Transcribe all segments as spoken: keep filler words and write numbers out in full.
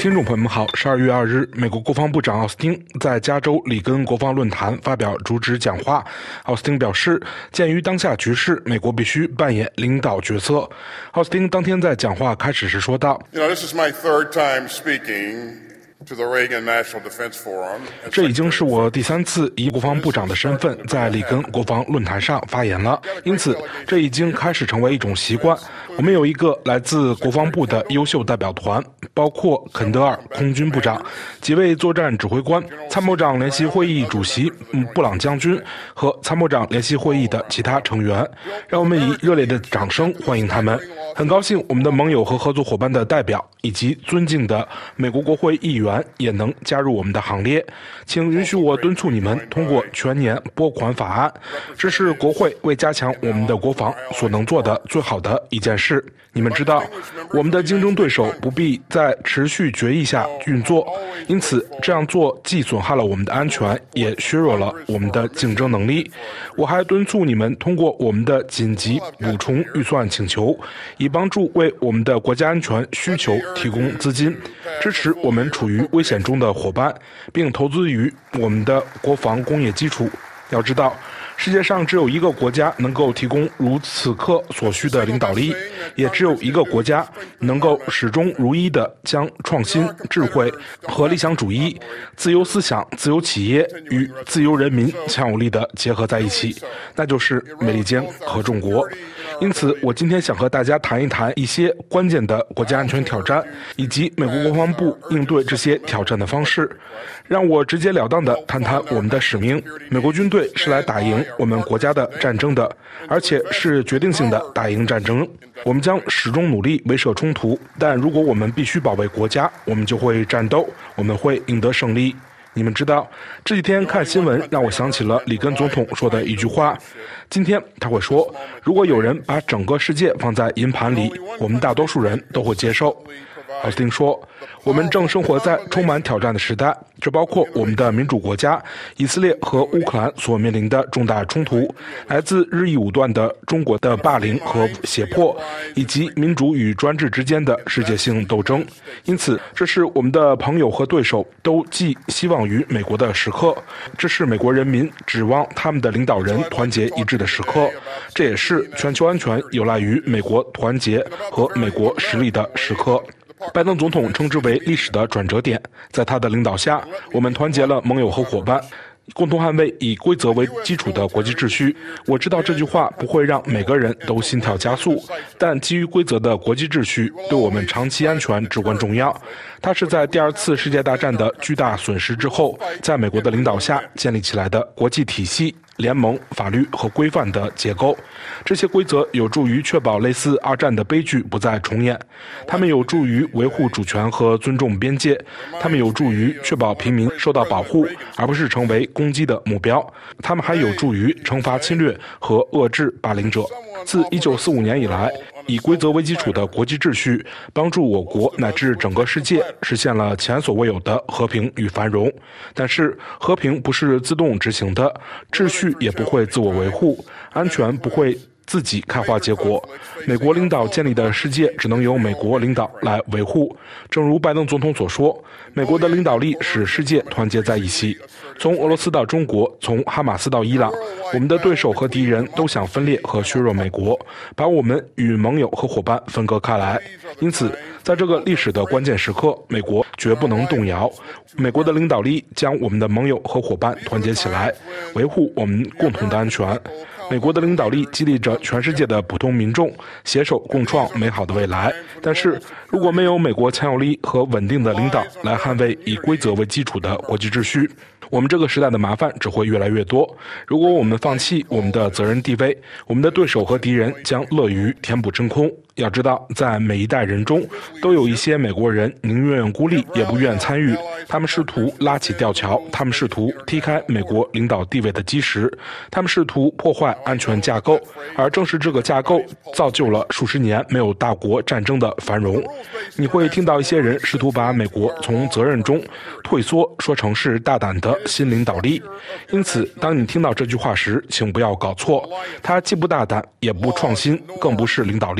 听众朋友们好，十二月二日，美国国防部长奥斯汀在加州里根国防论坛发表主旨讲话。奥斯汀表示，鉴于当下局势，美国必须扮演领导角色。奥斯汀当天在讲话开始时说道 You know, this is my third time speaking to the Reagan National Defense Forum. 这已经是我第三次以国防部长的身份在里根国防论坛上发言了，因此这已经开始成为一种习惯。我们有一个来自国防部的优秀代表团，包括肯德尔空军部长、几位作战指挥官、参谋长联席会议主席布朗将军和参谋长联席会议的其他成员。让我们以热烈的掌声欢迎他们。很高兴我们的盟友和合作伙伴的代表以及尊敬的美国国会议员也能加入我们的行列。请允许我敦促你们通过全年拨款法案，这是国会为加强我们的国防所能做的最好的一件事。你们知道，我们的竞争对手不必在持续决议下运作，因此这样做既损害了我们的安全，也削弱了我们的竞争能力。我还敦促你们通过我们的紧急补充预算请求，以帮助为我们的国家安全需求提供资金，支持我们处于危险中的伙伴，并投资于我们的国防工业基础。要知道，世界上只有一个国家能够提供如此刻所需的领导力，也只有一个国家能够始终如一地将创新、智慧和理想主义、自由思想、自由企业与自由人民强有力地结合在一起，那就是美利坚合众国。因此，我今天想和大家谈一谈一些关键的国家安全挑战，以及美国国防部应对这些挑战的方式。让我直截了当地谈谈我们的使命。美国军队是来打赢我们国家的战争的，而且是决定性的打赢战争。我们将始终努力威慑冲突，但如果我们必须保卫国家，我们就会战斗，我们会赢得胜利。你们知道，这几天看新闻让我想起了里根总统说的一句话。今天他会说，如果有人把整个世界放在银盘里，我们大多数人都会接受。奥斯汀说，我们正生活在充满挑战的时代，这包括我们的民主国家以色列和乌克兰所面临的重大冲突，来自日益武断的中国的霸凌和胁迫，以及民主与专制之间的世界性斗争。因此，这是我们的朋友和对手都寄希望于美国的时刻，这是美国人民指望他们的领导人团结一致的时刻，这也是全球安全有赖于美国团结和美国实力的时刻。拜登总统称之为历史的转折点，在他的领导下，我们团结了盟友和伙伴，共同捍卫以规则为基础的国际秩序。我知道这句话不会让每个人都心跳加速，但基于规则的国际秩序对我们长期安全至关重要。它是在第二次世界大战的巨大损失之后，在美国的领导下建立起来的国际体系、联盟、法律和规范的结构。这些规则有助于确保类似二战的悲剧不再重演，它们有助于维护主权和尊重边界，它们有助于确保平民受到保护，而不是成为攻击的目标，它们还有助于惩罚侵略和遏制霸凌者。自一九四五年以来，以规则为基础的国际秩序帮助我国乃至整个世界实现了前所未有的和平与繁荣。但是和平不是自动执行的，秩序也不会自我维护，安全不会自己开花结果。美国领导建立的世界只能由美国领导来维护。正如拜登总统所说，美国的领导力使世界团结在一起。从俄罗斯到中国，从哈马斯到伊朗，我们的对手和敌人都想分裂和削弱美国，把我们与盟友和伙伴分割开来。因此，在这个历史的关键时刻，美国绝不能动摇。美国的领导力将我们的盟友和伙伴团结起来，维护我们共同的安全。美国的领导力激励着全世界的普通民众携手共创美好的未来。但是，如果没有美国强有力和稳定的领导来捍卫以规则为基础的国际秩序，我们这个时代的麻烦只会越来越多。如果我们放弃我们的责任地位，我们的对手和敌人将乐于填补真空。要知道，在每一代人中，都有一些美国人宁愿孤立也不愿参与，他们试图拉起吊桥，他们试图踢开美国领导地位的基石，他们试图破坏安全架构，而正是这个架构造就了数十年没有大国战争的繁荣。你会听到一些人试图把美国从责任中退缩，说成是大胆的新领导力。因此，当你听到这句话时，请不要搞错，它既不大胆，也不创新，更不是领导力。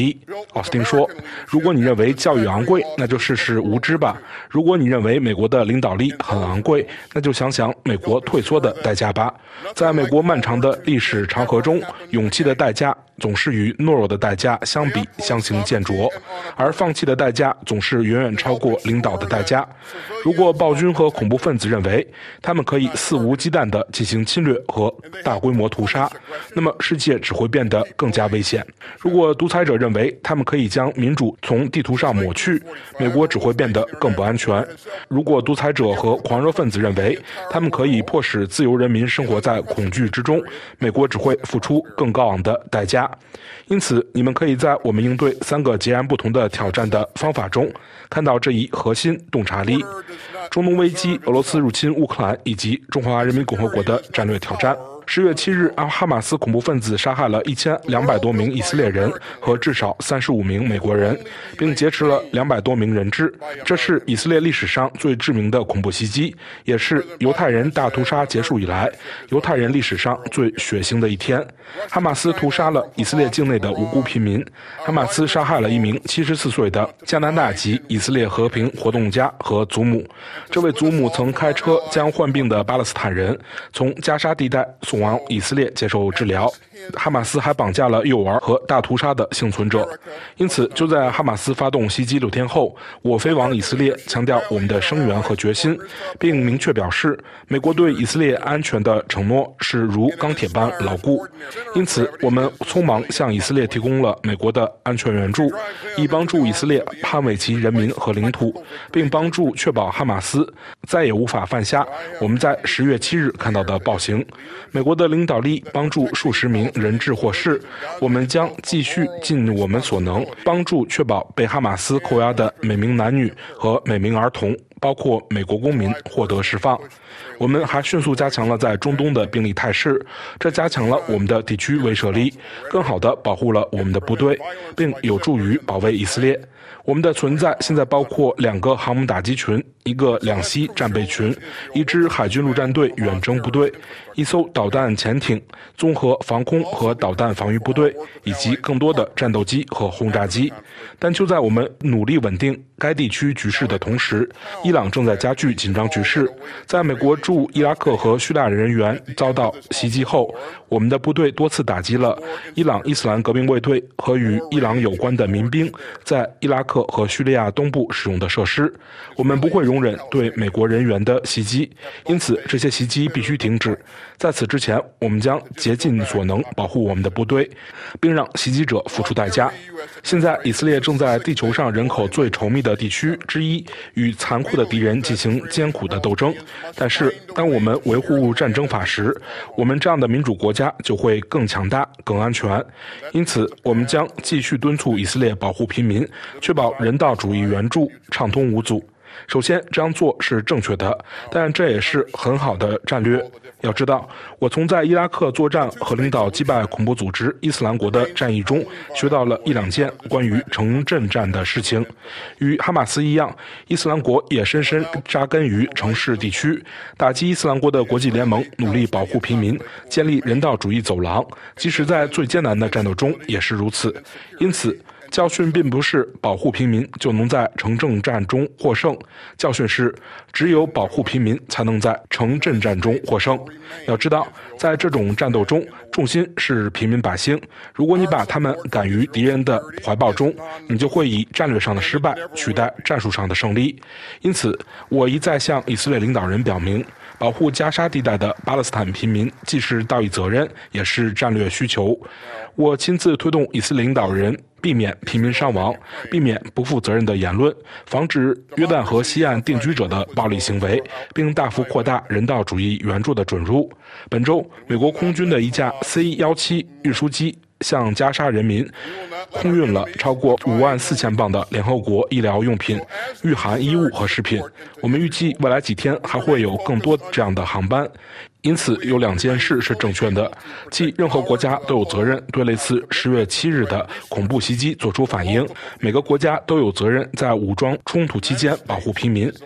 奥斯汀说，如果你认为教育昂贵，那就试试无知吧。如果你认为美国的领导力很昂贵，那就想想美国退缩的代价吧。在美国漫长的历史长河中，勇气的代价总是与懦弱的代价相比相形见绌，而放弃的代价总是远远超过领导的代价。如果暴君和恐怖分子认为他们可以肆无忌惮地进行侵略和大规模屠杀，那么世界只会变得更加危险。如果独裁者认为他们可以将民主从地图上抹去，美国只会变得更不安全。如果独裁者和狂热分子认为他们可以迫使自由人民生活在恐惧之中，美国只会付出更高昂的代价。因此，你们可以在我们应对三个截然不同的挑战的方法中看到这一核心洞察力：中东危机、俄罗斯入侵乌克兰以及中华人民共和国的战略挑战。十月七日，哈马斯恐怖分子杀害了一千两百多名以色列人和至少三十五名美国人，并劫持了两百多名人质。这是以色列历史上最致命的恐怖袭击，也是犹太人大屠杀结束以来犹太人历史上最血腥的一天。哈马斯屠杀了以色列境内的无辜平民。哈马斯杀害了一名七十四岁的加拿大籍以色列和平活动家和祖母。这位祖母曾开车将患病的巴勒斯坦人从加沙地带送往以色列接受治疗。哈马斯还绑架了幼儿和大屠杀的幸存者。因此，就在哈马斯发动袭击六天后，我飞往以色列，强调我们的声援和决心，并明确表示美国对以色列安全的承诺是如钢铁般牢固。因此，我们匆忙向以色列提供了美国的安全援助，以帮助以色列捍卫其人民和领土，并帮助确保哈马斯再也无法犯下我们在十月七日看到的暴行。美国的领导力帮助数十名人质获释，我们将继续尽我们所能，帮助确保被哈马斯扣押的每名男女和每名儿童，包括美国公民获得释放。我们还迅速加强了在中东的兵力态势，这加强了我们的地区威慑力，更好地保护了我们的部队，并有助于保卫以色列。我们的存在现在包括两个航母打击群，一个两栖战备群，一支海军陆战队远征部队，一艘导弹潜艇，综合防空和导弹防御部队，以及更多的战斗机和轰炸机。但就在我们努力稳定该地区局势的同时，伊朗正在加剧紧张局势。在美国驻伊拉克和叙利亚人员遭到袭击后，我们的部队多次打击了伊朗伊斯兰革命卫队和与伊朗有关的民兵在伊拉克和叙利亚东部使用的设施。我们不会容忍对美国人员的袭击，因此这些袭击必须停止。在此之前，我们将竭尽所能保护我们的部队，并让袭击者付出代价。现在，以色列正在地球上人口最稠密的地区之一与残酷的敌人进行艰苦的斗争。但是，当我们维护战争法时，我们这样的民主国家就会更强大、更安全。因此，我们将继续敦促以色列保护平民，确保人道主义援助畅通无阻。首先，这样做是正确的，但这也是很好的战略。要知道，我从在伊拉克作战和领导击败恐怖组织伊斯兰国的战役中学到了一两件关于城镇战的事情。与哈马斯一样，伊斯兰国也深深扎根于城市地区。打击伊斯兰国的国际联盟努力保护平民，建立人道主义走廊，即使在最艰难的战斗中也是如此。因此，教训并不是保护平民就能在城镇战中获胜，教训是只有保护平民才能在城镇战中获胜。要知道，在这种战斗中，重心是平民百姓。如果你把他们赶于敌人的怀抱中，你就会以战略上的失败取代战术上的胜利。因此，我一再向以色列领导人表明，保护加沙地带的巴勒斯坦平民既是道义责任，也是战略需求。我亲自推动以色列领导人避免平民伤亡，避免不负责任的言论，防止约旦河西岸定居者的暴力行为，并大幅扩大人道主义援助的准入。本周，美国空军的一架 C 一七运输机向加沙人民空运了超过五万四千磅的联合国医疗用品、御寒衣物和食品。我们预计未来几天还会有更多这样的航班。因此，有两件事是正确的，即任何国家都有责任对类似十月七日的恐怖袭击做出反应，每个国家都有责任在武装冲突期间保护平民。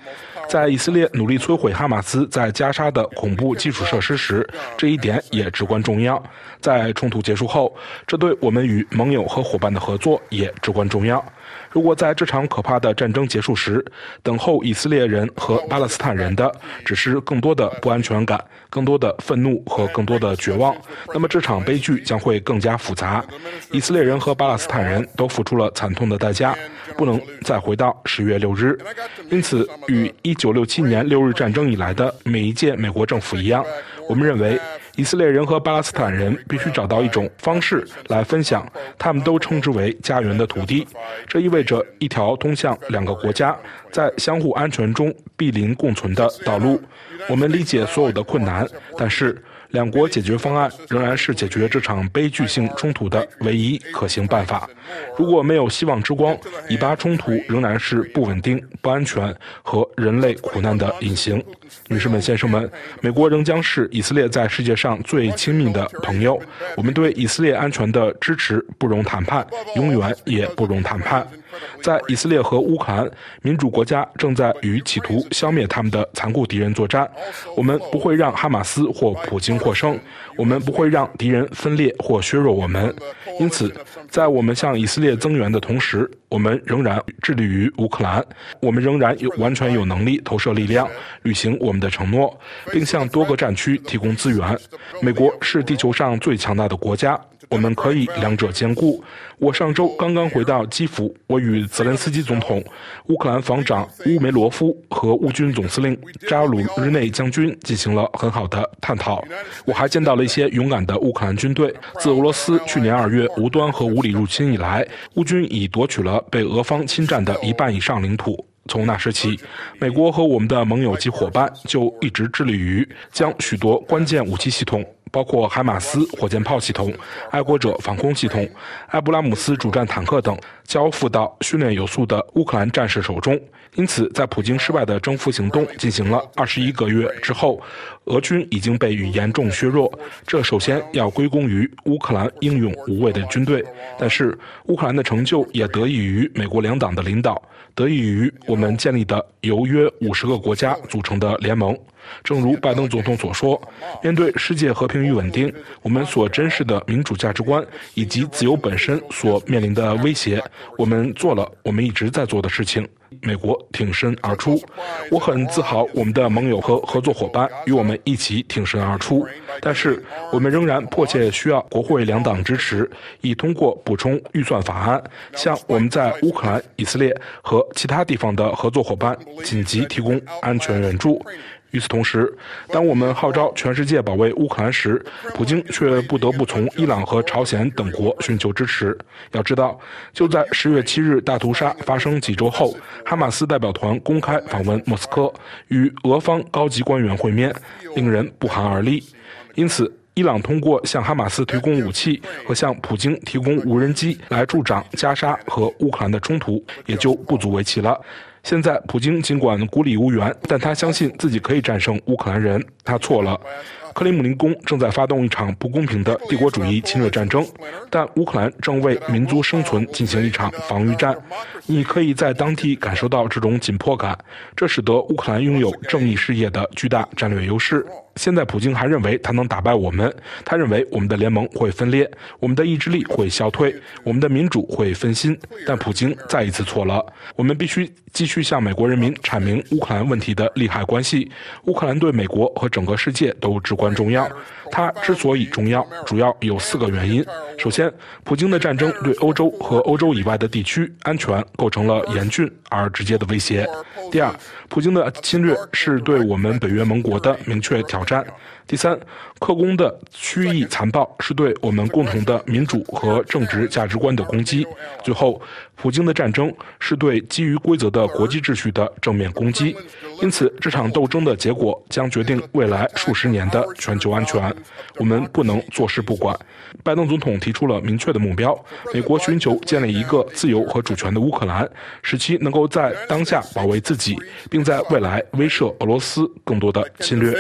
在以色列努力摧毁哈马斯在加沙的恐怖基础设施时，这一点也至关重要。在冲突结束后，这对我们与盟友和伙伴的合作也至关重要。如果在这场可怕的战争结束时，等候以色列人和巴勒斯坦人的只是更多的不安全感、更多的愤怒和更多的绝望，那么这场悲剧将会更加复杂。以色列人和巴勒斯坦人都付出了惨痛的代价，不能再回到十月六日。因此，与一九六七年六日战争以来的每一届美国政府一样，我们认为以色列人和巴勒斯坦人必须找到一种方式来分享他们都称之为家园的土地，这意味着一条通向两个国家在相互安全中毗邻共存的道路。我们理解所有的困难，但是两国解决方案仍然是解决这场悲剧性冲突的唯一可行办法。如果没有希望之光，以巴冲突仍然是不稳定、不安全和人类苦难的隐形。女士们、先生们，美国仍将是以色列在世界上最亲密的朋友。我们对以色列安全的支持不容谈判，永远也不容谈判。在以色列和乌克兰，民主国家正在与企图消灭他们的残酷敌人作战。我们不会让哈马斯或普京获胜，我们不会让敌人分裂或削弱我们。因此，在我们向以色列增援的同时，我们仍然致力于乌克兰。我们仍然有完全有能力投射力量，履行我们的承诺，并向多个战区提供资源。美国是地球上最强大的国家，我们可以两者兼顾。我上周刚刚回到基辅，我与泽连斯基总统、乌克兰防长乌梅罗夫和乌军总司令扎鲁日内将军进行了很好的探讨。我还见到了一些勇敢的乌克兰军队。自俄罗斯去年二月无端和无理入侵以来，乌军已夺取了被俄方侵占的一半以上领土。从那时起，美国和我们的盟友及伙伴就一直致力于将许多关键武器系统，包括海马斯火箭炮系统、爱国者防空系统、埃布拉姆斯主战坦克等，交付到训练有素的乌克兰战士手中。因此，在普京失败的征服行动进行了二十一个月之后，俄军已经被予严重削弱。这首先要归功于乌克兰英勇无畏的军队，但是乌克兰的成就也得益于美国两党的领导，得益于我们建立的由约五十个国家组成的联盟。正如拜登总统所说，面对世界和平与稳定，我们所珍视的民主价值观以及自由本身所面临的威胁，我们做了我们一直在做的事情。美国挺身而出，我很自豪我们的盟友和合作伙伴与我们一起挺身而出，但是我们仍然迫切需要国会两党支持，以通过补充预算法案，向我们在乌克兰、以色列和其他地方的合作伙伴紧急提供安全援助。与此同时，当我们号召全世界保卫乌克兰时，普京却不得不从伊朗和朝鲜等国寻求支持。要知道，就在十月七日大屠杀发生几周后，哈马斯代表团公开访问莫斯科，与俄方高级官员会面，令人不寒而栗。因此，伊朗通过向哈马斯提供武器和向普京提供无人机来助长加沙和乌克兰的冲突，也就不足为奇了。现在普京尽管孤立无援，但他相信自己可以战胜乌克兰人，他错了。克里姆林宫正在发动一场不公平的帝国主义侵略战争，但乌克兰正为民族生存进行一场防御战。你可以在当地感受到这种紧迫感，这使得乌克兰拥有正义事业的巨大战略优势。现在普京还认为他能打败我们，他认为我们的联盟会分裂，我们的意志力会消退，我们的民主会分心，但普京再一次错了。我们必须继续向美国人民阐明乌克兰问题的利害关系。乌克兰对美国和整个世界都至关重要，它之所以重要，主要有四个原因。首先，普京的战争对欧洲和欧洲以外的地区安全构成了严峻而直接的威胁。第二，普京的侵略是对我们北约盟国的明确挑战。第三，克宫的虚意残暴是对我们共同的民主和正直价值观的攻击。最后，普京的战争是对基于规则的国际秩序的正面攻击。因此，这场斗争的结果将决定未来数十年的全球安全。我们不能坐视不管。拜登总统提出了明确的目标：美国寻求建立一个自由和主权的乌克兰，使其能够在当下保卫自己，并在未来威慑俄罗斯更多的侵略。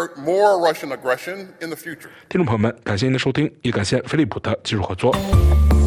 听众朋友们，感谢您的收听，也感谢飞利浦的技术合作。